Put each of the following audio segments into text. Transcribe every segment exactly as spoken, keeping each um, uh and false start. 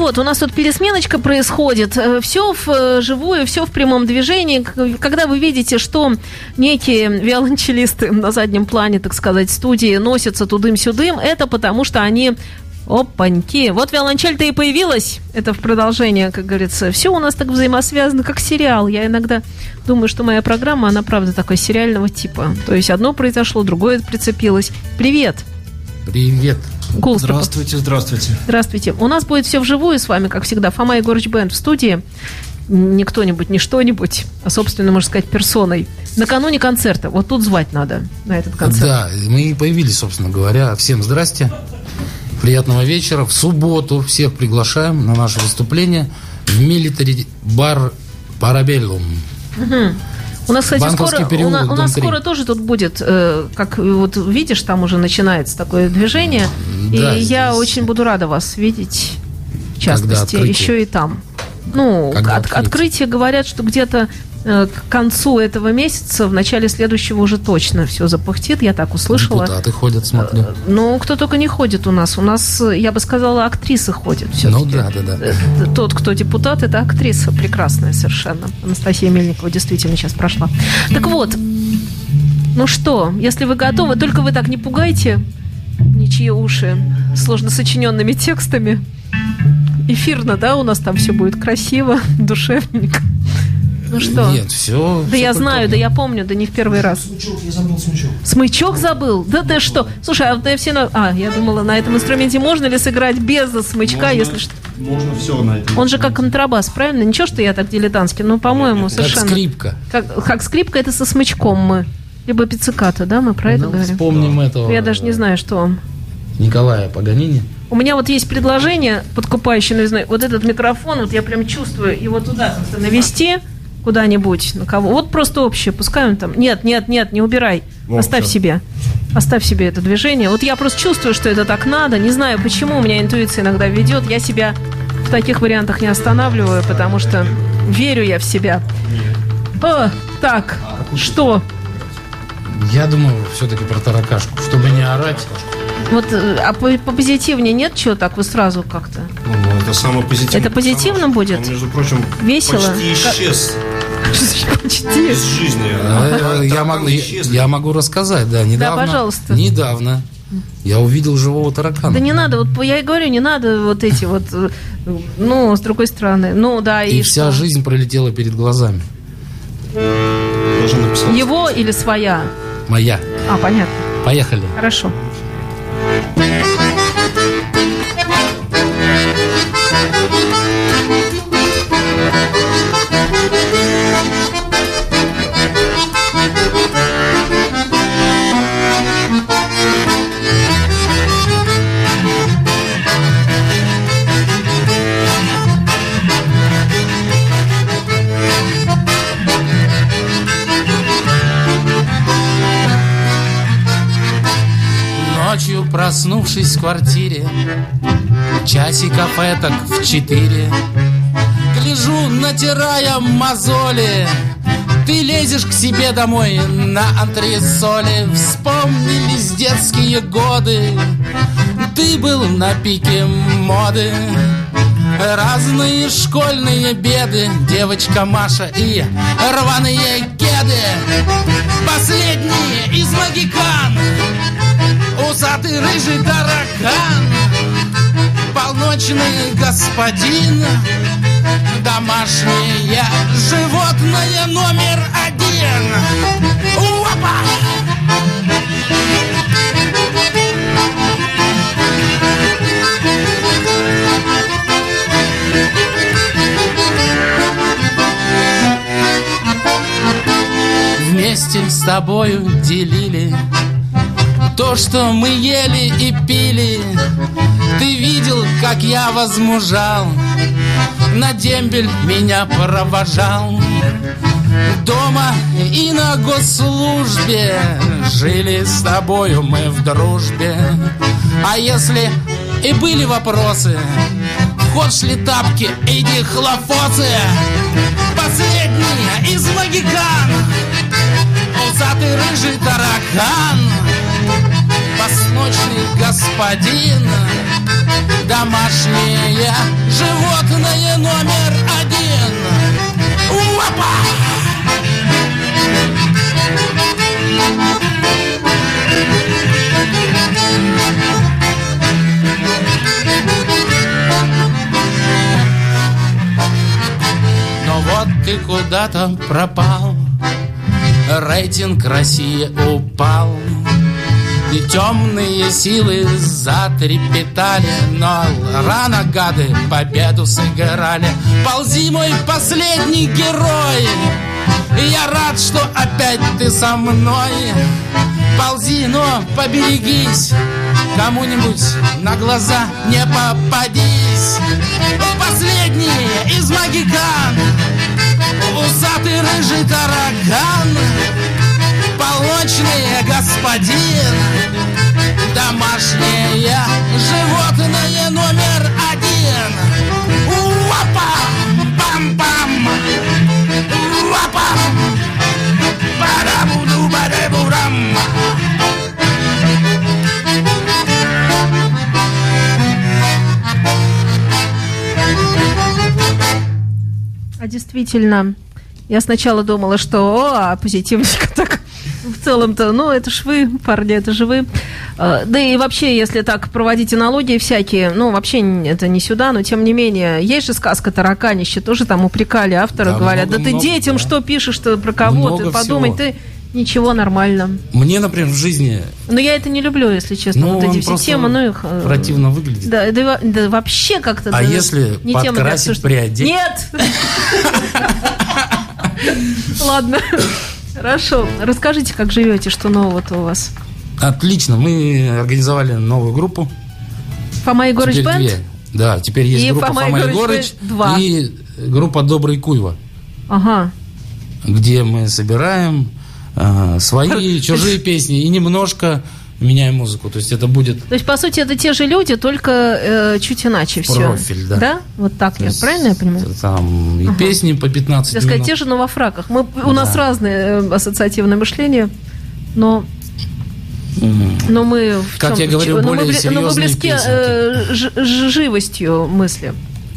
вот, у нас тут пересменочка происходит. Все вживую, все в прямом движении. Когда вы видите, что некие виолончелисты на заднем плане, так сказать, студии носятся тудым-сюдым, это потому, что они... Опаньки. Вот виолончель-то и появилась. Это в продолжение, как говорится. Все у нас так взаимосвязано, как сериал. Я иногда думаю, что моя программа, она, правда, такой сериального типа. То есть одно произошло, другое прицепилось. Привет. Привет. Голос здравствуйте, такой. здравствуйте. Здравствуйте. У нас будет все вживую с вами, как всегда. Фома Егорыч Бэнд в студии. Не кто-нибудь, не что-нибудь, а, собственно, можно сказать, персоной. Накануне концерта. Вот тут звать надо на этот концерт. Да, мы и появились, собственно говоря. Всем здрасте. Приятного вечера. В субботу всех приглашаем на наше выступление в Military Bar Parabellum. Угу. У нас, кстати, скоро, переулок, у, на, у нас три. скоро тоже тут будет, э, как вот видишь, там уже начинается такое движение. Да, и здесь... я очень буду рада вас видеть, в частности, еще и там. Ну, от, открытие? открытие говорят, что где-то э, к концу этого месяца, в начале следующего уже точно все запыхтит, я так услышала. Депутаты ходят, смотрю. Э, ну, кто только не ходит у нас. У нас, я бы сказала, актрисы ходят все-таки. Ну, да, да, да. Тот, кто депутат, это актриса прекрасная совершенно. Анастасия Мельникова действительно сейчас прошла. Так вот, ну что, если вы готовы, только вы так не пугайте ничьи уши сложно сочиненными текстами. Эфирно, да, у нас там все будет красиво, душевненько. Ну что? Нет, все. Да все я знаю, готово. да я помню, да не в первый раз. Смычок, я забыл смычок. Смычок забыл? Да ты что? Слушай, а вот я все на... А, я думала, на этом инструменте можно ли сыграть без смычка, можно, если что? Можно все на этом. Он же как контрабас, правильно? Ничего, что я так дилетантски, ну, по-моему, совершенно. Как скрипка. Как, как скрипка, это со смычком мы. Либо пицциката, да, мы про это ну, говорим? Вспомним этого. Я даже не знаю, что он. Николая Паганини. У меня вот есть предложение, подкупающее новизной. Вот этот микрофон, вот я прям чувствую, его туда как-то навести куда-нибудь, на кого. Вот просто общее, пускай он там. Нет, нет, нет, не убирай. Во, Оставь всё. себе. Оставь себе это движение. Вот я просто чувствую, что это так надо. Не знаю, почему у меня интуиция иногда ведет. Я себя в таких вариантах не останавливаю, потому что верю я в себя. О, так, что? Я думаю, все-таки про таракашку, чтобы не орать. Вот, а по, по позитивнее нет чего так? Вы сразу как-то... Ну, это самое позитивное. Это позитивно самое, будет? Он, между прочим, Весело? почти исчез Почти. из жизни. А, я, могу, я, я могу рассказать, да, недавно. Да, пожалуйста. Недавно я увидел живого таракана. Да не надо, вот я и говорю, не надо вот эти вот, ну, с другой стороны. Ну, да, и, и вся что? жизнь пролетела перед глазами. Даже написал. Его или своя? Моя. А, понятно. Поехали. Хорошо. Ночью, проснувшись в квартире, часиков этак в четыре, гляжу, натирая мозоли, ты лезешь к себе домой на антресоли. Вспомнились детские годы, ты был на пике моды. Разные школьные беды, девочка Маша и рваные кеды. Последние из магикан, усатый рыжий таракан, полночный господин, домашнее животное номер один. Уапа! Вместе с тобою делили то, что мы ели и пили. Ты видел, как я возмужал, на дембель меня провожал. Дома и на госслужбе жили с тобою мы в дружбе. А если и были вопросы, в ход шли тапки и дихлофосы. Последние из магикан, усатый рыжий таракан, полночный господин, домашнее животное номер один. Опа! Но вот ты куда-то пропал, рейтинг России упал, и темные силы затрепетали, но рано гады победу сыграли. Ползи, мой последний герой, я рад, что опять ты со мной. Ползи, но поберегись, кому-нибудь на глаза не попадись. Последний из магикан, усатый рыжий таракан, полночный господин, домашнее животное номер один. Уапа! Бам-бам! Уапа! Барабуду-барабурам! А действительно, я сначала думала, что о, позитивненько так в целом-то, ну, это ж вы, парни, это же вы. Да и вообще, если так проводить аналогии всякие, ну, вообще это не сюда, но тем не менее, есть же сказка «Тараканище», тоже там упрекали автора, да, говорят, много, да ты много, детям да. что пишешь-то про кого? Много ты подумай, всего. Ты ничего, нормально. Мне, например, в жизни... Но я это не люблю, если честно, ну, вот эти все темы, ну их... противно выглядит. Да, да, да вообще как-то... А да, если не подкрасить пряди? Нет! Ладно. Хорошо. Расскажите, как живете, что нового-то у вас? Отлично. Мы организовали новую группу. Фома Егорыч Бэнд? Да, теперь есть и группа Фома, Фома Егорыч и группа Добрый Куйва. Ага. Где мы собираем э, свои, чужие песни и немножко меняем музыку. То есть это будет... То есть, по сути, это те же люди, только э, чуть иначе все. Профиль, да. Да? Вот так я, правильно я понимаю? Там и ага. песни по пятнадцать минут. минут. Сказать, те же, но во фраках. Мы, у да. нас разное ассоциативное мышление, но... Mm. Но мы... В как чем? я говорю, но более мы, серьезные но мы близки э, ж, ж, живостью мысли.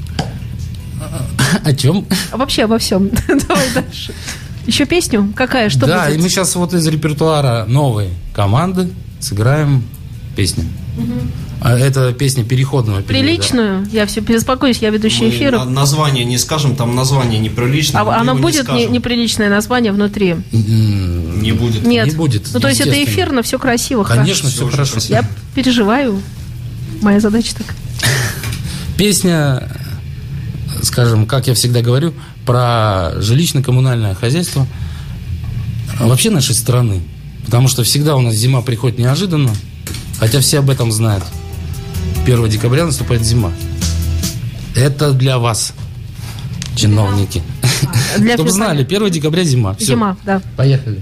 О чем? Вообще обо всем. Давай дальше. Еще песню? Какая? Что да, будет? И мы сейчас вот из репертуара новой команды сыграем песню. Угу. А это песня переходного периода. Приличную? Я все беспокоюсь, я ведущая эфира. Название не скажем, там название неприличное. А оно будет не, неприличное название внутри? Не будет. Нет. Не будет. Ну, то есть это эфир, но все красиво. Конечно, хорошо. все хорошо. Красиво. Я переживаю. Моя задача так. Песня, скажем, как я всегда говорю, про жилищно-коммунальное хозяйство вообще нашей страны. Потому что всегда у нас зима приходит неожиданно, хотя все об этом знают. первого декабря наступает зима. Это для вас, чиновники. Для Чтобы знали, первого декабря зима. Все. Зима, да. Поехали.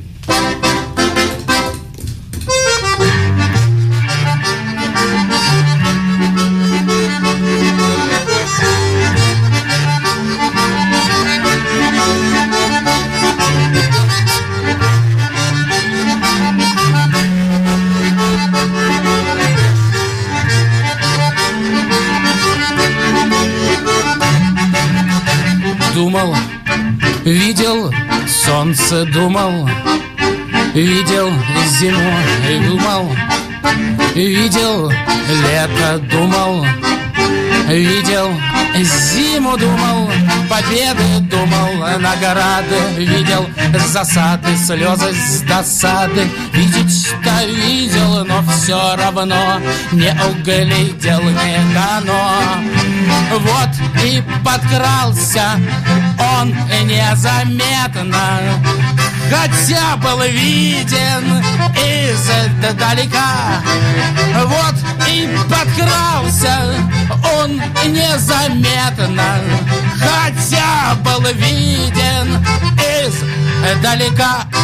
Думал, видел солнце, думал, видел зиму, думал, видел лето, думал, видел зиму, думал, победы, думал, награды, видел засады, слезы с досады. Видеть-то видел, но все равно не углядел, не дано. Вот и подкрался он незаметно, хотя был виден издалека. Вот и подкрался он незаметно, хотя был виден издалека.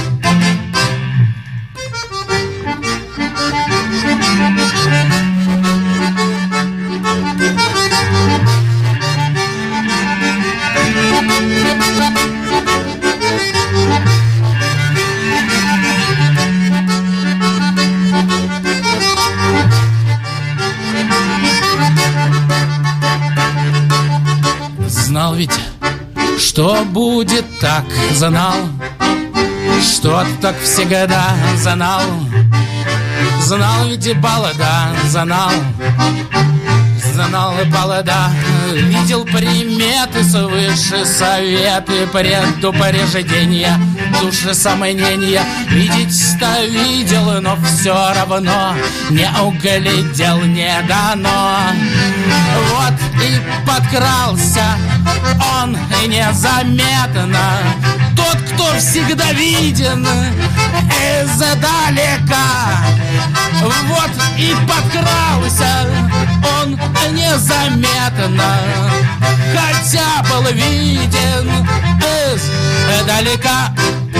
знал ведь, что будет так, знал, что так всегда знал. Знал ведь и балада, знал, знал и балада. Видел приметы свыше, советы, предупреждения, души сомнения. Видеть-то видел, но все равно не углядел, не дано. Вот и подкрался он и незаметно, тот, кто всегда виден издалека. Вот и подкрался он незаметно, хотя был виден издалека.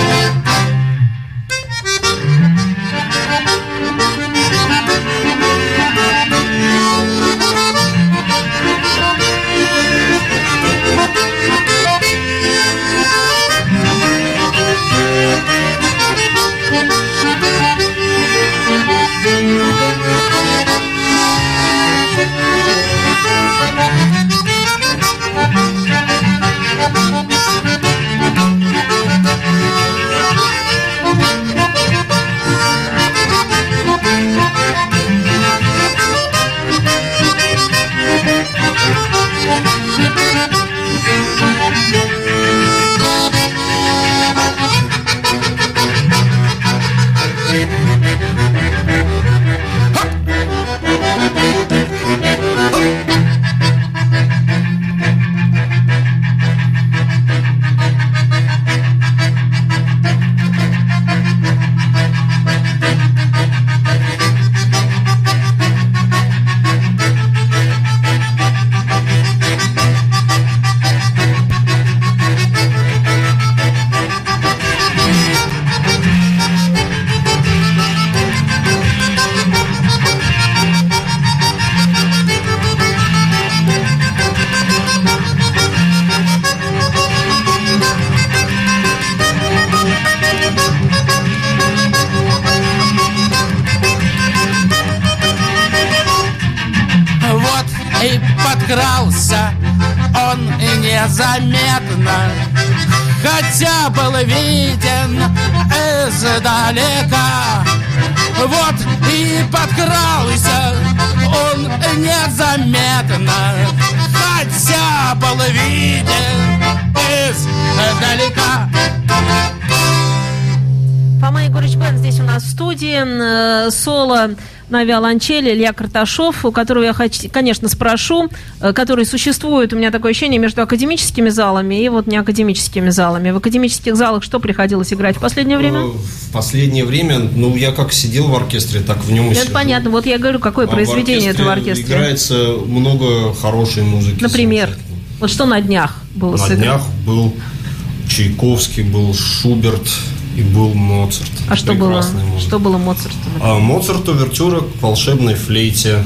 И подкрался он и незаметно, хотя был виден издалека. Вот и подкрался он незаметно, хотя был виден издалека. Фома Егорыч Бэнд здесь у нас в студии. Соло на виолончели Илья Карташов, у которого я, конечно, спрошу, который существует, у меня такое ощущение, между академическими залами и вот неакадемическими залами. В академических залах что приходилось играть в последнее время? В последнее время, ну, я как сидел в оркестре, так в нем и Это сижу. понятно. Вот я говорю, какое а произведение это в оркестре? Играется много хорошей музыки. Например? Вот что на днях было На сыграно? днях был Чайковский, был Шуберт и был Моцарт. А что было? Музыка. Что было Моцарту? А Моцарт увертюра к волшебной флейте.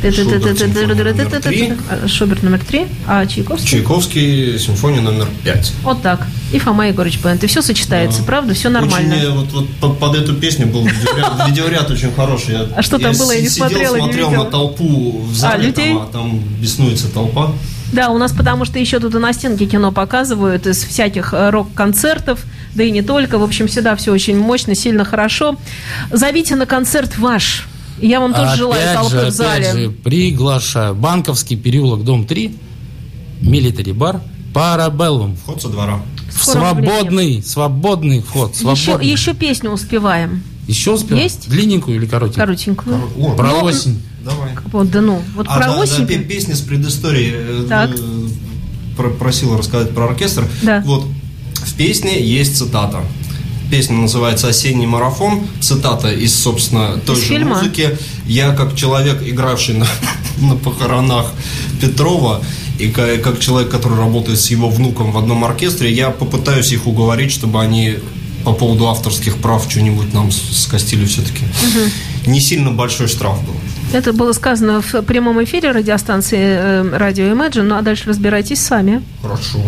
Шуберт номер три, а Чайковский? Чайковский симфония номер пять. Вот так. И Фома Егорыч Бэнд. И все сочетается, правда? Все нормально. Очень, вот, вот под, под эту песню был видеоряд, видеоряд очень хороший. Я, а что там я было? Я не сидел, смотрела, не смотрел видела. на толпу в зале, а, людей? Там, а там беснуется толпа. Да, у нас потому что еще тут и на стенке кино показывают из всяких рок-концертов, да и не только. В общем, всегда все очень мощно, сильно хорошо. Зовите на концерт ваш. Я вам тоже опять желаю толпы же, в зале. Опять же, приглашаю. Банковский переулок, дом три, Милитари бар, Парабеллум. Вход со двора. Свободный, свободный вход. Свободный. Еще, еще песню успеваем. Еще успел? Есть? Длинненькую или коротенькую? Коротенькую. О, Про ну, осень. Давай. Вот, да ну. Вот а, про да, осень. Да, песня с предысторией. Так. Просила рассказать про оркестр. Да. Вот, в песне есть цитата. Песня называется «Осенний марафон». Цитата из, собственно, той из же фильма? музыки. Я, как человек, игравший на, на похоронах Петрова, и как, как человек, который работает с его внуком в одном оркестре, я попытаюсь их уговорить, чтобы они по поводу авторских прав что-нибудь нам скостили все-таки. Угу. Не сильно большой штраф был. Это было сказано в прямом эфире радиостанции э, «Радио Imagine», ну а дальше разбирайтесь сами. Хорошо.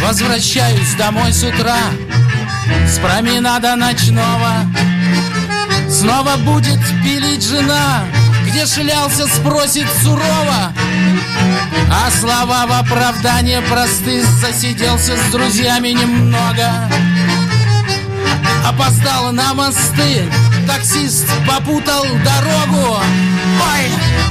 Возвращаюсь домой с утра с променада ночного. Снова будет пилить жена, где шлялся, спросит сурово. А слова в оправдание просты, засиделся с друзьями немного. Опоздал на мосты, таксист попутал дорогу. Ой!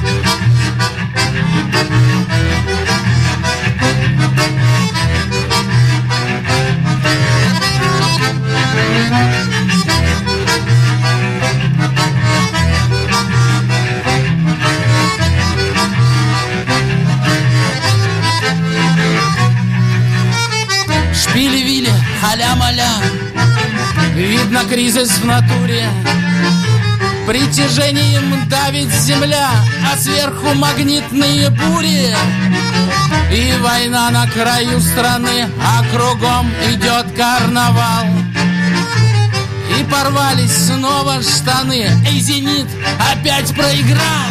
Шпили-вили, халя-маля, видно кризис в натуре. Притяжением давит земля, а сверху магнитные бури. И война на краю страны, а кругом идет карнавал. И порвались снова штаны, эй, «Зенит» опять проиграл.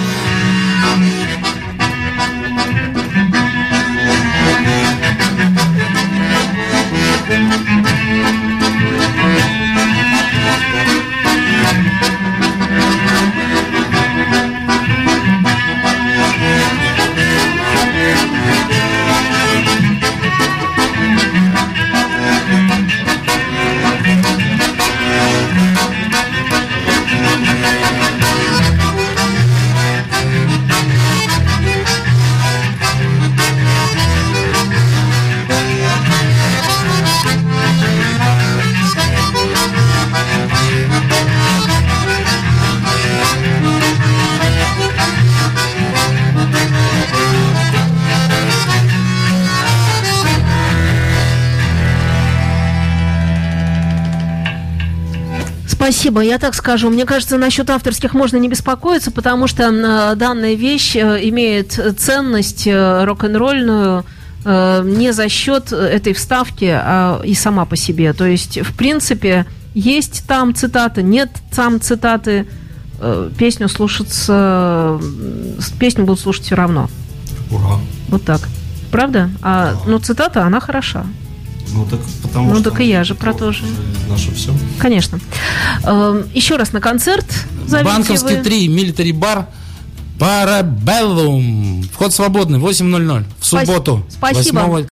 Спасибо, я так скажу. Мне кажется, насчет авторских можно не беспокоиться, потому что э, данная вещь э, имеет ценность э, рок-н-ролльную э, не за счет этой вставки, а и сама по себе. То есть, в принципе, есть там цитата, нет там цитаты, э, песню слушаться, э, песню будут слушать все равно. Ура. Вот так. Правда? А, ну, цитата, она хороша. Ну так, потому ну, что так и я же про то же. Наше все. Конечно. Э, еще раз на концерт зовите Банковский вы. три, милитари бар, Парабеллум. Вход свободный, восемь ноль ноль. В субботу. Спасибо. восьмого